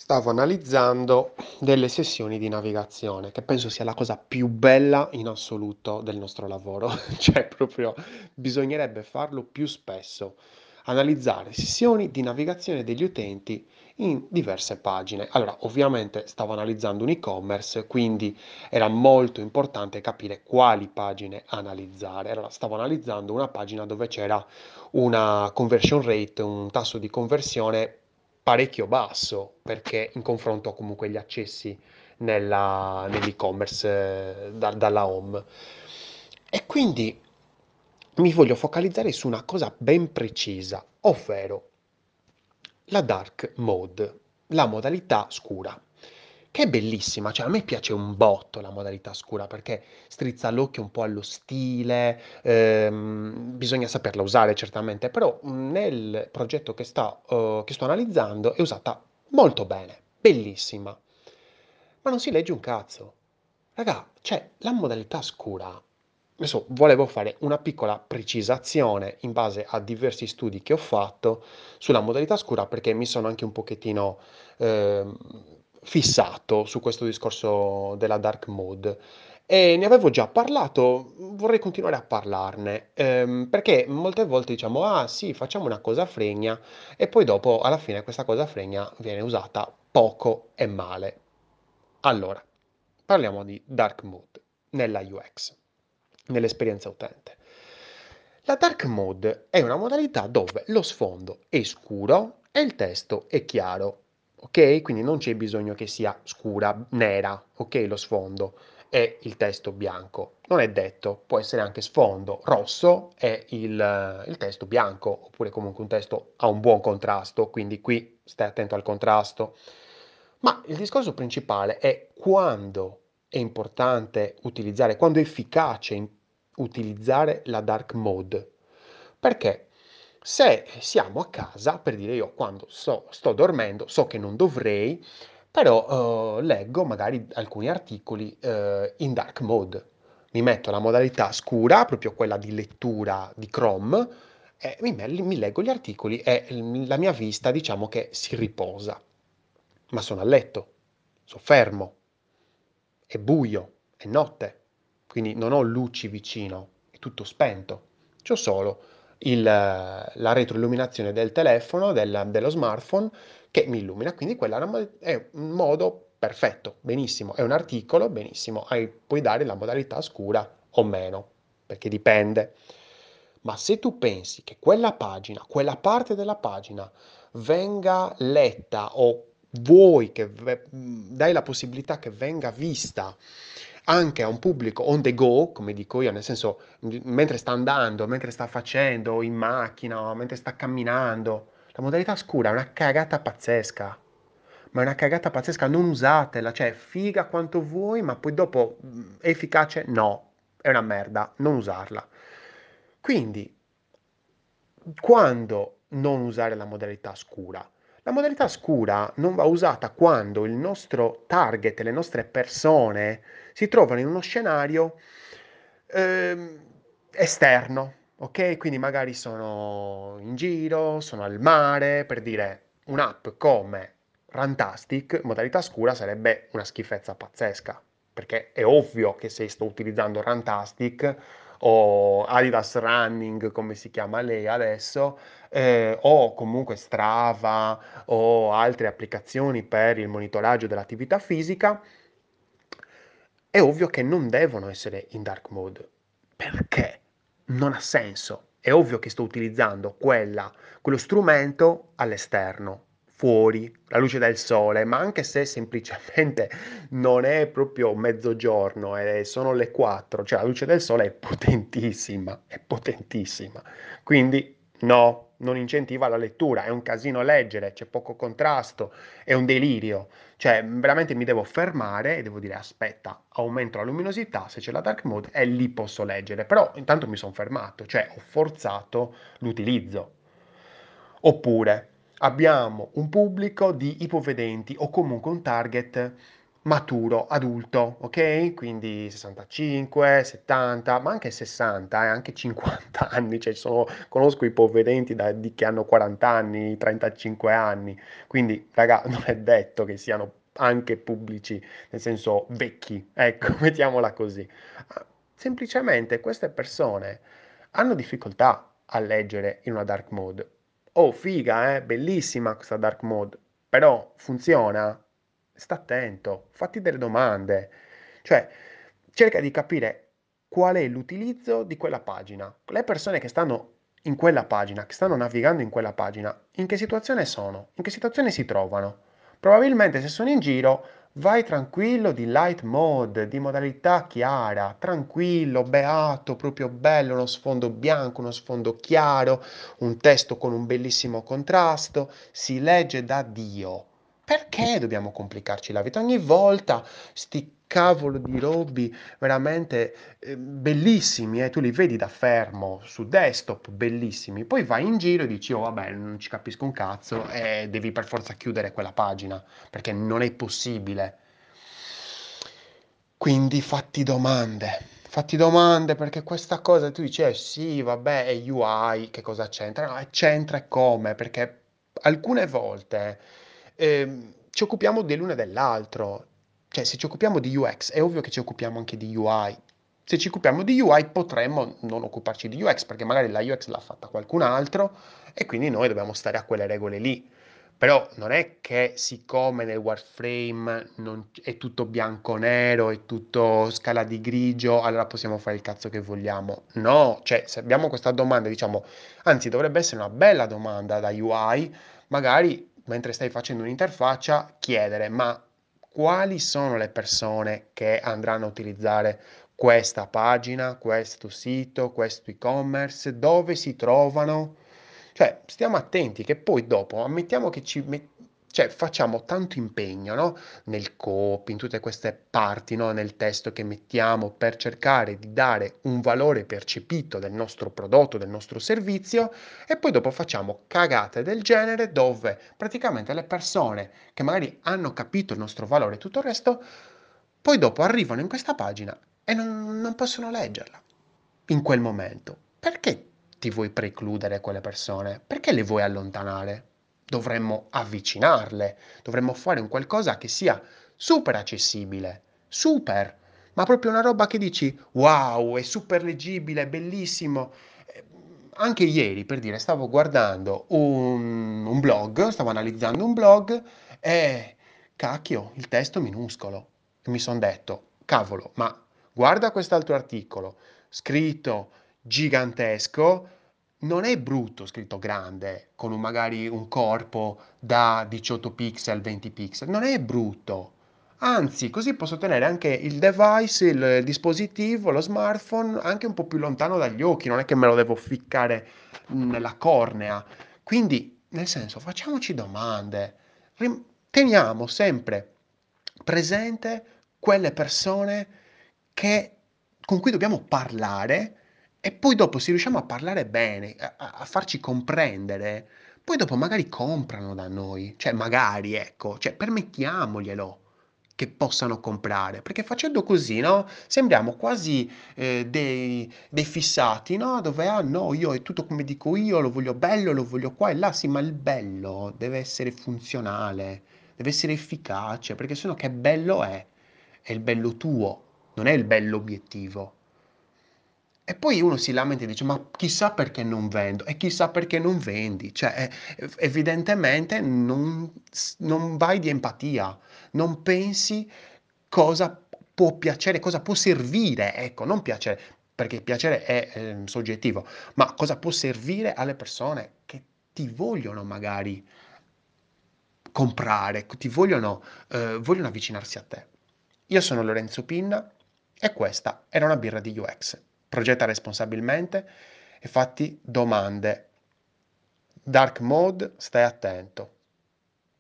Stavo analizzando delle sessioni di navigazione, che penso sia la cosa più bella in assoluto del nostro lavoro. Cioè, proprio bisognerebbe farlo più spesso. Analizzare sessioni di navigazione degli utenti in diverse pagine. Allora, ovviamente stavo analizzando un e-commerce, quindi era molto importante capire quali pagine analizzare. Allora, stavo analizzando una pagina dove c'era una conversion rate, un tasso di conversione parecchio basso, perché in confronto a comunque gli accessi nell'e-commerce dalla home. E quindi mi voglio focalizzare su una cosa ben precisa, ovvero la dark mode, la modalità scura, che è bellissima, cioè a me piace un botto la modalità scura perché strizza l'occhio un po' allo stile, bisogna saperla usare certamente, però nel progetto che sto analizzando è usata molto bene, bellissima, ma non si legge un cazzo. Raga, cioè la modalità scura. Adesso volevo fare una piccola precisazione in base a diversi studi che ho fatto sulla modalità scura perché mi sono anche un pochettino ehm, fissato su questo discorso della dark mode e ne avevo già parlato, vorrei continuare a parlarne perché molte volte diciamo ah sì facciamo una cosa fregna e poi dopo alla fine questa cosa fregna viene usata poco e male. Allora, parliamo di dark mode nella UX, nell'esperienza utente. La dark mode è una modalità dove lo sfondo è scuro e il testo è chiaro, ok? Quindi non c'è bisogno che sia scura, nera, ok? Lo sfondo e il testo bianco. Non è detto, può essere anche sfondo rosso e il testo bianco, oppure comunque un testo a un buon contrasto, quindi qui stai attento al contrasto. Ma il discorso principale è quando è importante utilizzare, quando è efficace utilizzare la dark mode. Perché se siamo a casa, per dire io quando sto dormendo, so che non dovrei, però leggo magari alcuni articoli in dark mode. Mi metto la modalità scura, proprio quella di lettura di Chrome, e mi leggo gli articoli e la mia vista diciamo che si riposa. Ma sono a letto, sono fermo, è buio, è notte, quindi non ho luci vicino, è tutto spento. C'ho solo la retroilluminazione del telefono, dello smartphone, che mi illumina, quindi quella è un modo perfetto, benissimo, è un articolo, benissimo, puoi dare la modalità scura o meno, perché dipende. Ma se tu pensi che quella pagina, quella parte della pagina venga letta o vuoi che dai la possibilità che venga vista anche a un pubblico on the go, come dico io, nel senso mentre sta andando, mentre sta facendo in macchina, mentre sta camminando, la modalità scura è una cagata pazzesca. Ma è una cagata pazzesca, non usatela, cioè figa quanto vuoi, ma poi dopo è efficace? No, è una merda, non usarla. Quindi quando non usare la modalità scura? La modalità scura non va usata quando il nostro target, le nostre persone si trovano in uno scenario ehm, esterno, ok? Quindi magari sono in giro, sono al mare, per dire un'app come Rantastic, modalità scura sarebbe una schifezza pazzesca, perché è ovvio che se sto utilizzando Rantastic o Adidas Running, come si chiama lei adesso, o comunque Strava o altre applicazioni per il monitoraggio dell'attività fisica, è ovvio che non devono essere in dark mode. Perché? Non ha senso. È ovvio che sto utilizzando quello strumento all'esterno, fuori, la luce del sole, ma anche se semplicemente non è proprio mezzogiorno e sono le 4, cioè la luce del sole è potentissima, è potentissima. Quindi no, non incentiva la lettura, è un casino leggere, c'è poco contrasto, è un delirio. Cioè, veramente mi devo fermare e devo dire aspetta, aumento la luminosità se c'è la dark mode e lì posso leggere. Però intanto mi sono fermato, cioè ho forzato l'utilizzo. Oppure abbiamo un pubblico di ipovedenti o comunque un target maturo, adulto, ok? Quindi 65, 70, ma anche 60 e anche 50 anni, cioè conosco i povedenti che hanno 40 anni, 35 anni, quindi raga, non è detto che siano anche pubblici, nel senso vecchi, ecco, mettiamola così. Ah, semplicemente queste persone hanno difficoltà a leggere in una dark mode. Oh, figa, bellissima questa dark mode, però funziona? Sta attento, fatti delle domande. Cioè, cerca di capire qual è l'utilizzo di quella pagina. Le persone che stanno in quella pagina, che stanno navigando in quella pagina, in che situazione sono? In che situazione si trovano? Probabilmente se sono in giro, vai tranquillo di light mode, di modalità chiara, tranquillo, beato, proprio bello, uno sfondo bianco, uno sfondo chiaro, un testo con un bellissimo contrasto, si legge da Dio. Perché dobbiamo complicarci la vita? Ogni volta sti cavolo di robi veramente bellissimi, tu li vedi da fermo su desktop, bellissimi. Poi vai in giro e dici, oh vabbè, non ci capisco un cazzo e devi per forza chiudere quella pagina, perché non è possibile. Quindi fatti domande perché questa cosa tu dici, sì, vabbè, è UI, che cosa c'entra? No, c'entra e come, perché alcune volte ci occupiamo dell'uno e dell'altro. Cioè, se ci occupiamo di UX, è ovvio che ci occupiamo anche di UI. Se ci occupiamo di UI, potremmo non occuparci di UX, perché magari la UX l'ha fatta qualcun altro e quindi noi dobbiamo stare a quelle regole lì. Però non è che siccome nel Warframe è tutto bianco-nero, è tutto scala di grigio, allora possiamo fare il cazzo che vogliamo. No, cioè se abbiamo questa domanda, diciamo, anzi dovrebbe essere una bella domanda da UI, magari mentre stai facendo un'interfaccia, chiedere, ma quali sono le persone che andranno a utilizzare questa pagina, questo sito, questo e-commerce, dove si trovano? Cioè, stiamo attenti che poi dopo, ammettiamo che cioè, facciamo tanto impegno, no? Nel copy, in tutte queste parti, no? Nel testo che mettiamo per cercare di dare un valore percepito del nostro prodotto, del nostro servizio, e poi dopo facciamo cagate del genere dove praticamente le persone che magari hanno capito il nostro valore e tutto il resto, poi dopo arrivano in questa pagina e non possono leggerla in quel momento. Perché ti vuoi precludere quelle persone? Perché le vuoi allontanare? Dovremmo avvicinarle, dovremmo fare un qualcosa che sia super accessibile, super, ma proprio una roba che dici, wow, è super leggibile, è bellissimo. Eh, Anche ieri, per dire, stavo guardando un blog, stavo analizzando un blog e, cacchio, il testo minuscolo. E mi sono detto, cavolo, ma guarda quest'altro articolo, scritto gigantesco, non è brutto scritto grande, con magari un corpo da 18 pixel, 20 pixel, non è brutto. Anzi, così posso tenere anche il device, il dispositivo, lo smartphone, anche un po' più lontano dagli occhi, non è che me lo devo ficcare nella cornea. Quindi, nel senso, facciamoci domande, teniamo sempre presente quelle persone che- con cui dobbiamo parlare e poi dopo se riusciamo a parlare bene, a farci comprendere, poi dopo magari comprano da noi, cioè magari, ecco, cioè permettiamoglielo che possano comprare, perché facendo così, no? Sembriamo quasi dei fissati, no? Dove, ah no, io è tutto come dico io, lo voglio bello, lo voglio qua e là, sì, ma il bello deve essere funzionale, deve essere efficace, perché sennò che bello è? È il bello tuo, non è il bello obiettivo. E poi uno si lamenta e dice: Ma chissà perché non vendo, e chissà perché non vendi. Cioè, evidentemente non vai di empatia, non pensi cosa può piacere, cosa può servire. Ecco, non piacere, perché il piacere è soggettivo, ma cosa può servire alle persone che ti vogliono magari comprare, vogliono avvicinarsi a te. Io sono Lorenzo Pinna e questa era una birra di UX. Progetta responsabilmente e fatti domande. Dark mode, stai attento.